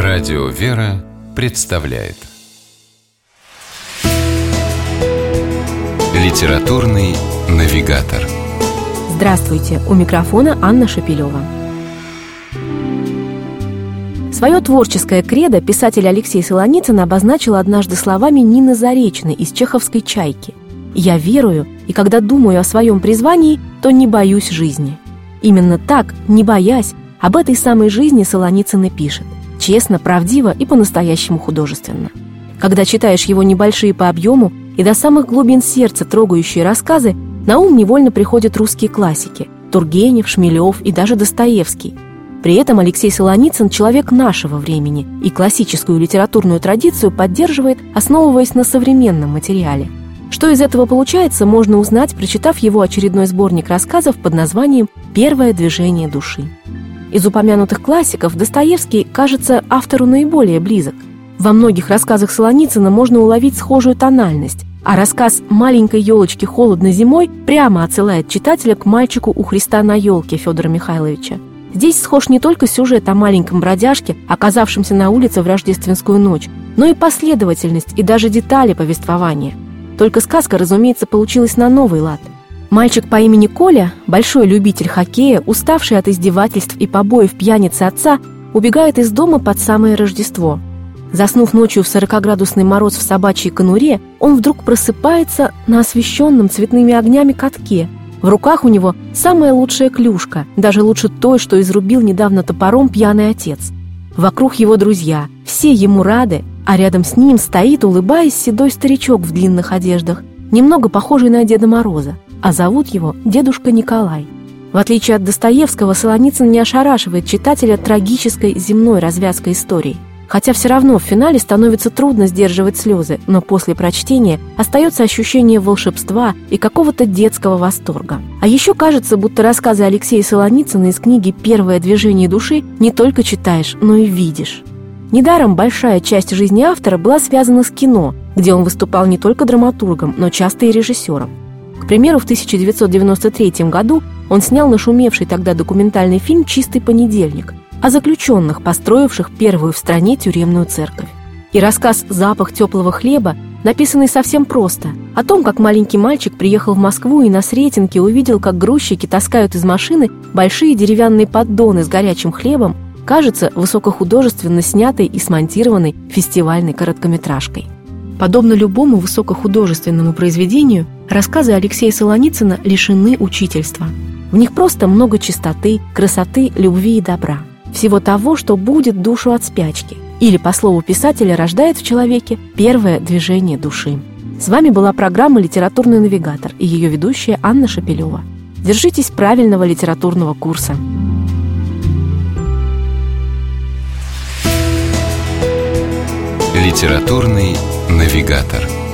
Радио «Вера» представляет Литературный навигатор. Здравствуйте! У микрофона Анна Шапилева. Свое творческое кредо писатель Алексей Солоницын обозначил однажды словами Нины Заречной из чеховской «Чайки». «Я верую, и когда думаю о своем призвании, то не боюсь жизни». Именно так, не боясь, об этой самой жизни Солоницын и пишет. Честно, правдиво и по-настоящему художественно. Когда читаешь его небольшие по объему и до самых глубин сердца трогающие рассказы, на ум невольно приходят русские классики – Тургенев, Шмелев и даже Достоевский. При этом Алексей Солоницын – человек нашего времени и классическую литературную традицию поддерживает, основываясь на современном материале. Что из этого получается, можно узнать, прочитав его очередной сборник рассказов под названием «Первое движение души». Из упомянутых классиков Достоевский кажется автору наиболее близок. Во многих рассказах Солоницына можно уловить схожую тональность, а рассказ «Маленькой елочке холодно зимой» прямо отсылает читателя к «Мальчику у Христа на елке» Федора Михайловича. Здесь схож не только сюжет о маленьком бродяжке, оказавшемся на улице в рождественскую ночь, но и последовательность и даже детали повествования. Только сказка, разумеется, получилась на новый лад. Мальчик по имени Коля, большой любитель хоккея, уставший от издевательств и побоев пьяницы отца, убегает из дома под самое Рождество. Заснув ночью в 40-градусный мороз в собачьей конуре, он вдруг просыпается на освещенном цветными огнями катке. В руках у него самая лучшая клюшка, даже лучше той, что изрубил недавно топором пьяный отец. Вокруг его друзья, все ему рады, а рядом с ним стоит, улыбаясь, седой старичок в длинных одеждах, немного похожий на Деда Мороза, а зовут его дедушка Николай. В отличие от Достоевского, Солоницын не ошарашивает читателя трагической земной развязкой истории. Хотя все равно в финале становится трудно сдерживать слезы, но после прочтения остается ощущение волшебства и какого-то детского восторга. А еще кажется, будто рассказы Алексея Солоницына из книги «Первое движение души» не только читаешь, но и видишь. Недаром большая часть жизни автора была связана с кино, где он выступал не только драматургом, но часто и режиссером. К примеру, в 1993 году он снял нашумевший тогда документальный фильм «Чистый понедельник» о заключенных, построивших первую в стране тюремную церковь. И рассказ «Запах теплого хлеба», написанный совсем просто, о том, как маленький мальчик приехал в Москву и на Сретенке увидел, как грузчики таскают из машины большие деревянные поддоны с горячим хлебом, кажется высокохудожественно снятой и смонтированной фестивальной короткометражкой. Подобно любому высокохудожественному произведению, рассказы Алексея Солоницына лишены учительства. В них просто много чистоты, красоты, любви и добра. Всего того, что будет душу от спячки. Или, по слову писателя, рождает в человеке первое движение души. С вами была программа «Литературный навигатор» и ее ведущая Анна Шапилева. Держитесь правильного литературного курса. Литературный навигатор.